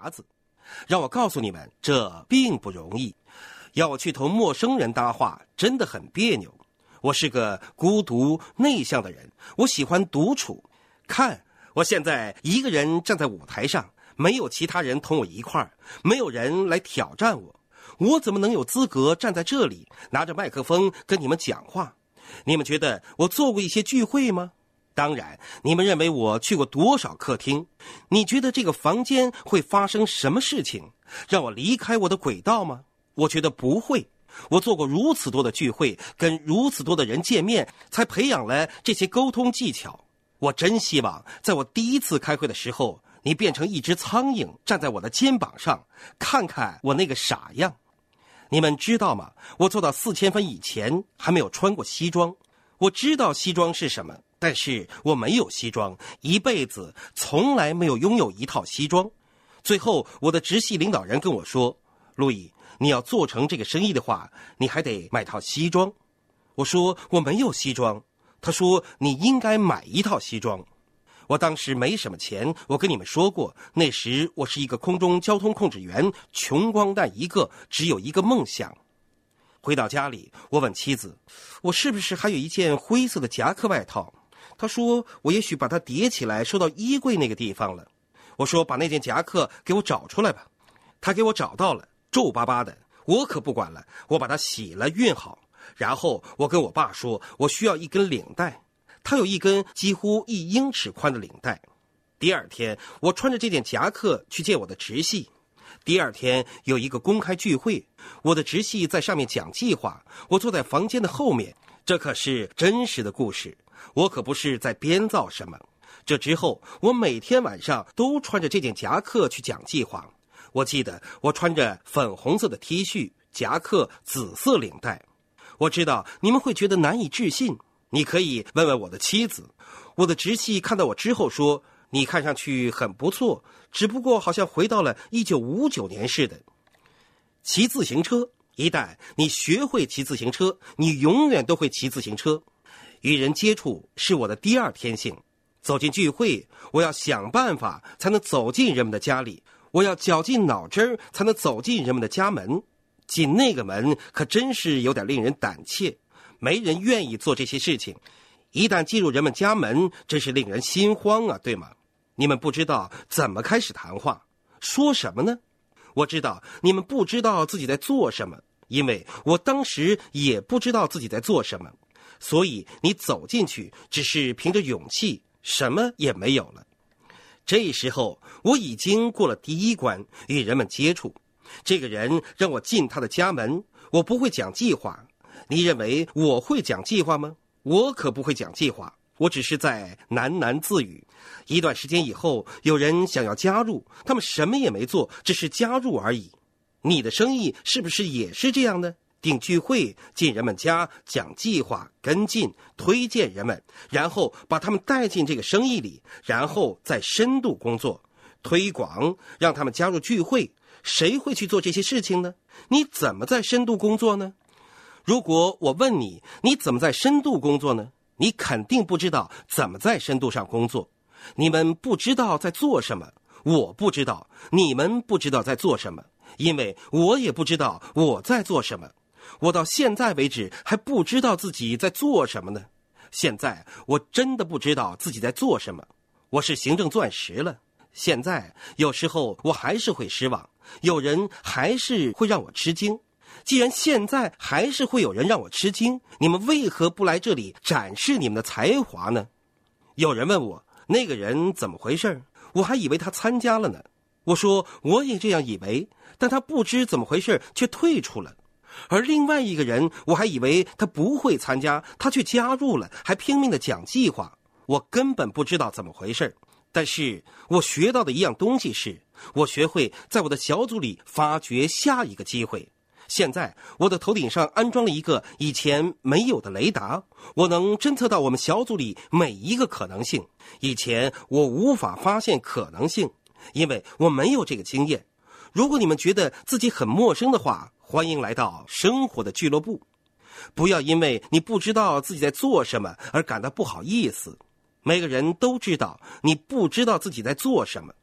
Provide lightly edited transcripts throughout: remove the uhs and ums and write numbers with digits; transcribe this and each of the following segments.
匣子。让我告诉你们，这并不容易。要我去同陌生人搭话，真的很别扭。我是个孤独内向的人，我喜欢独处。看，我现在一个人站在舞台上，没有其他人同我一块儿，没有人来挑战我，我怎么能有资格站在这里，拿着麦克风跟你们讲话？你们觉得我做过一些聚会吗？当然，你们认为我去过多少客厅？你觉得这个房间会发生什么事情，让我离开我的轨道吗？我觉得不会。我做过如此多的聚会，跟如此多的人见面，才培养了这些沟通技巧。我真希望在我第一次开会的时候，你变成一只苍蝇站在我的肩膀上，看看我那个傻样。你们知道吗？我做到4000分以前还没有穿过西装。我知道西装是什么，但是我没有西装，一辈子从来没有拥有一套西装。最后我的直系领导人跟我说，路易，你要做成这个生意的话，你还得买套西装。我说我没有西装。他说你应该买一套西装。我当时没什么钱，我跟你们说过，那时我是一个空中交通控制员，穷光蛋一个，只有一个梦想。回到家里，我问妻子，我是不是还有一件灰色的夹克外套？她说我也许把它叠起来收到衣柜那个地方了。我说把那件夹克给我找出来吧。她给我找到了，皱巴巴的，我可不管了，我把它洗了熨好。然后我跟我爸说，我需要一根领带，他有一根几乎1英尺宽的领带。第二天，我穿着这件夹克去见我的直系。第二天有一个公开聚会，我的直系在上面讲计划，我坐在房间的后面。这可是真实的故事，我可不是在编造什么。这之后，我每天晚上都穿着这件夹克去讲计划。我记得我穿着粉红色的 T 恤，夹克紫色领带。我知道你们会觉得难以置信，你可以问问我的妻子。我的直系看到我之后说，你看上去很不错，只不过好像回到了1959年似的。骑自行车，一旦你学会骑自行车，你永远都会骑自行车。与人接触是我的第二天性。走进聚会，我要想办法才能走进人们的家里，我要绞尽脑汁才能走进人们的家门。进那个门可真是有点令人胆怯，没人愿意做这些事情。一旦进入人们家门，真是令人心慌啊，对吗？你们不知道怎么开始谈话，说什么呢？我知道你们不知道自己在做什么，因为我当时也不知道自己在做什么。所以你走进去只是凭着勇气，什么也没有了。这时候我已经过了第一关，与人们接触。这个人让我进他的家门，我不会讲计划。你认为我会讲计划吗？我可不会讲计划，我只是在喃喃自语。一段时间以后，有人想要加入，他们什么也没做，只是加入而已。你的生意是不是也是这样呢？订聚会，进人们家，讲计划，跟进，推荐人们，然后把他们带进这个生意里，然后再深度工作，推广，让他们加入聚会。谁会去做这些事情呢？你怎么在深度工作呢？如果我问你，你怎么在深度工作呢？你肯定不知道怎么在深度上工作。你们不知道在做什么，我不知道，你们不知道在做什么，因为我也不知道我在做什么。我到现在为止还不知道自己在做什么呢。现在我真的不知道自己在做什么。我是行政钻石了。现在有时候我还是会失望，有人还是会让我吃惊。既然现在还是会有人让我吃惊，你们为何不来这里展示你们的才华呢？有人问我那个人怎么回事，我还以为他参加了呢。我说我也这样以为，但他不知怎么回事却退出了。而另外一个人，我还以为他不会参加，他却加入了，还拼命地讲计划。我根本不知道怎么回事，但是我学到的一样东西是，我学会在我的小组里发掘下一个机会。现在我的头顶上安装了一个以前没有的雷达，我能侦测到我们小组里每一个可能性。以前我无法发现可能性，因为我没有这个经验。如果你们觉得自己很陌生的话，欢迎来到生活的俱乐部。不要因为你不知道自己在做什么而感到不好意思。每个人都知道你不知道自己在做什么。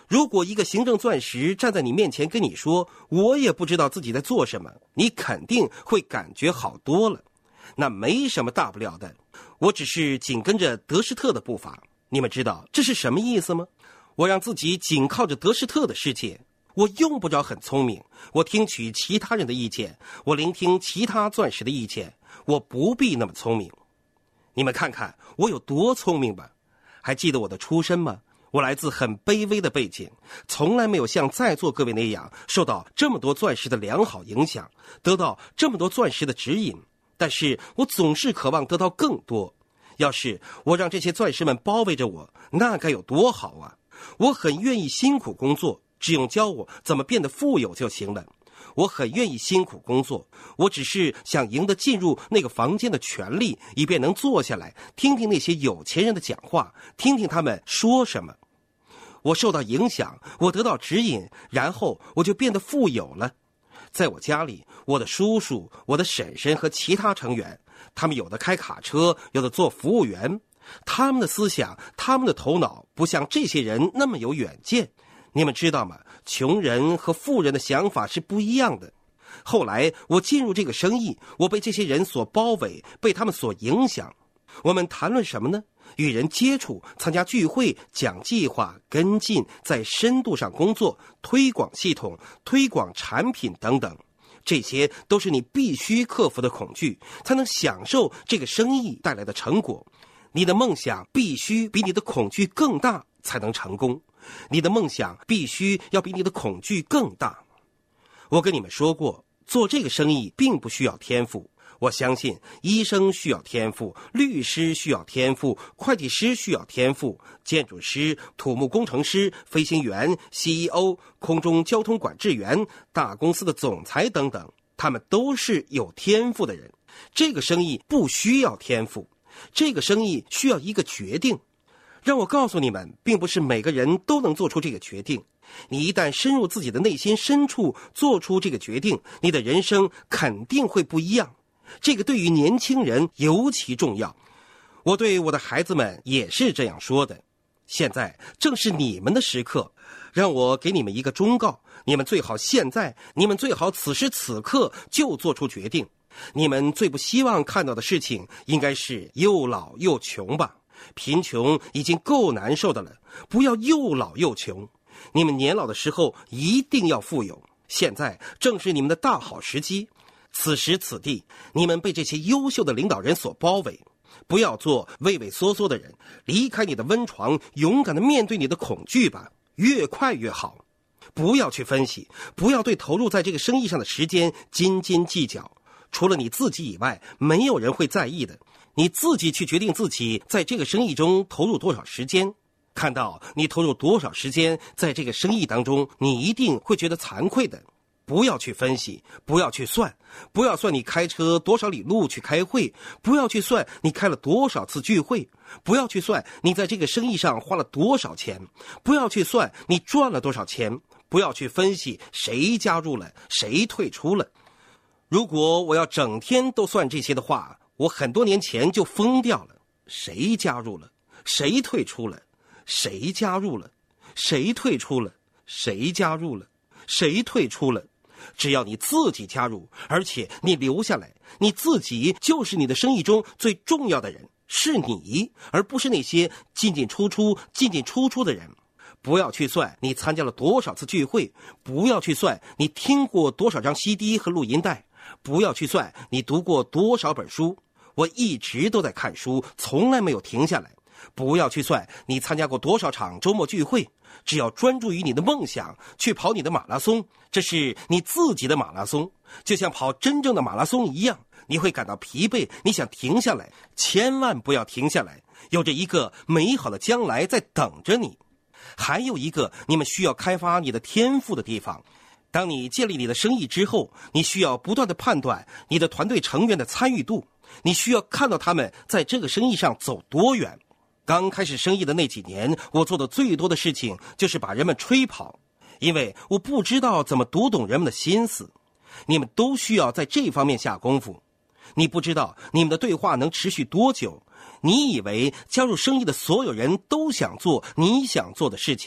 如果一个行政钻石站在你面前跟你说，我也不知道自己在做什么，你肯定会感觉好多了。那没什么大不了的，我只是紧跟着德施特的步伐。你们知道这是什么意思吗？我让自己紧靠着德施特的世界，我用不着很聪明，我听取其他人的意见，我聆听其他钻石的意见，我不必那么聪明。你们看看我有多聪明吧？还记得我的出身吗？我来自很卑微的背景，从来没有像在座各位那样受到这么多钻石的良好影响，得到这么多钻石的指引，但是我总是渴望得到更多。要是我让这些钻石们包围着我，那该有多好啊！我很愿意辛苦工作，只用教我怎么变得富有就行了。我很愿意辛苦工作，我只是想赢得进入那个房间的权利，以便能坐下来听听那些有钱人的讲话，听听他们说什么。我受到影响，我得到指引，然后我就变得富有了。在我家里，我的叔叔、我的婶婶和其他成员，他们有的开卡车，有的做服务员，他们的思想，他们的头脑不像这些人那么有远见。你们知道吗？穷人和富人的想法是不一样的。后来我进入这个生意，我被这些人所包围，被他们所影响。我们谈论什么呢？与人接触，参加聚会，讲计划，跟进，在深度上工作，推广系统，推广产品等等。这些都是你必须克服的恐惧，才能享受这个生意带来的成果。你的梦想必须比你的恐惧更大，才能成功。你的梦想必须要比你的恐惧更大。我跟你们说过，做这个生意并不需要天赋。我相信医生需要天赋，律师需要天赋，会计师需要天赋，建筑师、土木工程师、飞行员、CEO、空中交通管制员、大公司的总裁等等，他们都是有天赋的人。这个生意不需要天赋，这个生意需要一个决定。让我告诉你们，并不是每个人都能做出这个决定。你一旦深入自己的内心深处，做出这个决定，你的人生肯定会不一样。这个对于年轻人尤其重要。我对我的孩子们也是这样说的。现在正是你们的时刻，让我给你们一个忠告，你们最好现在，你们最好此时此刻就做出决定。你们最不希望看到的事情应该是又老又穷吧？贫穷已经够难受的了，不要又老又穷。你们年老的时候一定要富有，现在正是你们的大好时机。此时此地，你们被这些优秀的领导人所包围，不要做畏畏缩缩的人，离开你的温床，勇敢地面对你的恐惧吧，越快越好。不要去分析，不要对投入在这个生意上的时间斤斤计较，除了你自己以外，没有人会在意的。你自己去决定自己在这个生意中投入多少时间，看到你投入多少时间在这个生意当中，你一定会觉得惭愧的。不要去分析，不要去算，不要算你开车多少里路去开会，不要去算你开了多少次聚会，不要去算你在这个生意上花了多少钱，不要去算你赚了多少钱，不要去分析谁加入了，谁退出了。如果我要整天都算这些的话，我很多年前就疯掉了。谁加入了，谁退出了，谁加入了，谁退出了，谁加入了，谁退出了。只要你自己加入，而且你留下来，你自己就是你的生意中最重要的人，是你，而不是那些进进出出的人。不要去算你参加了多少次聚会，不要去算你听过多少张 CD 和录音带，不要去算你读过多少本书。我一直都在看书，从来没有停下来。不要去算你参加过多少场周末聚会，只要专注于你的梦想，去跑你的马拉松，这是你自己的马拉松，就像跑真正的马拉松一样。你会感到疲惫，你想停下来，千万不要停下来，有着一个美好的将来在等着你。还有一个你们需要开发你的天赋的地方，当你建立你的生意之后，你需要不断地判断你的团队成员的参与度，你需要看到他们在这个生意上走多远。刚开始生意的那几年，我做的最多的事情就是把人们吹跑，因为我不知道怎么读懂人们的心思。你们都需要在这方面下功夫。你不知道你们的对话能持续多久，你以为加入生意的所有人都想做你想做的事情，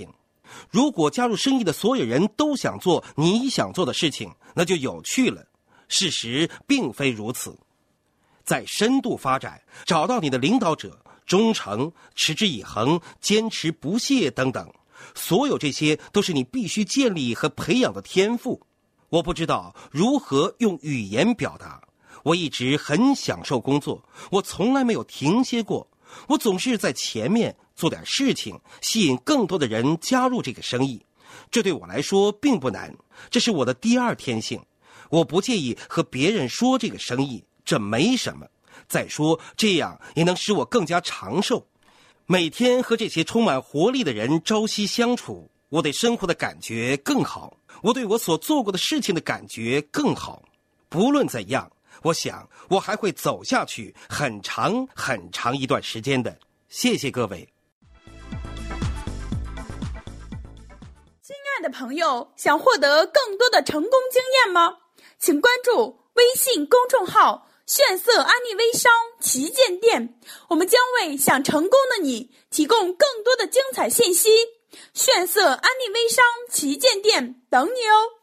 如果加入生意的所有人都想做你想做的事情，那就有趣了。事实并非如此。在深度发展，找到你的领导者，忠诚、持之以恒、坚持不懈等等，所有这些都是你必须建立和培养的天赋。我不知道如何用语言表达。我一直很享受工作，我从来没有停歇过。我总是在前面做点事情，吸引更多的人加入这个生意。这对我来说并不难，这是我的第二天性。我不介意和别人说这个生意，这没什么。再说，这样也能使我更加长寿。每天和这些充满活力的人朝夕相处，我对生活的感觉更好，我对我所做过的事情的感觉更好。不论怎样，我想我还会走下去很长很长一段时间的。谢谢各位。 亲爱的朋友，想获得更多的成功经验吗？请关注微信公众号炫色安利微商旗舰店，我们将为想成功的你提供更多的精彩信息。炫色安利微商旗舰店等你哦。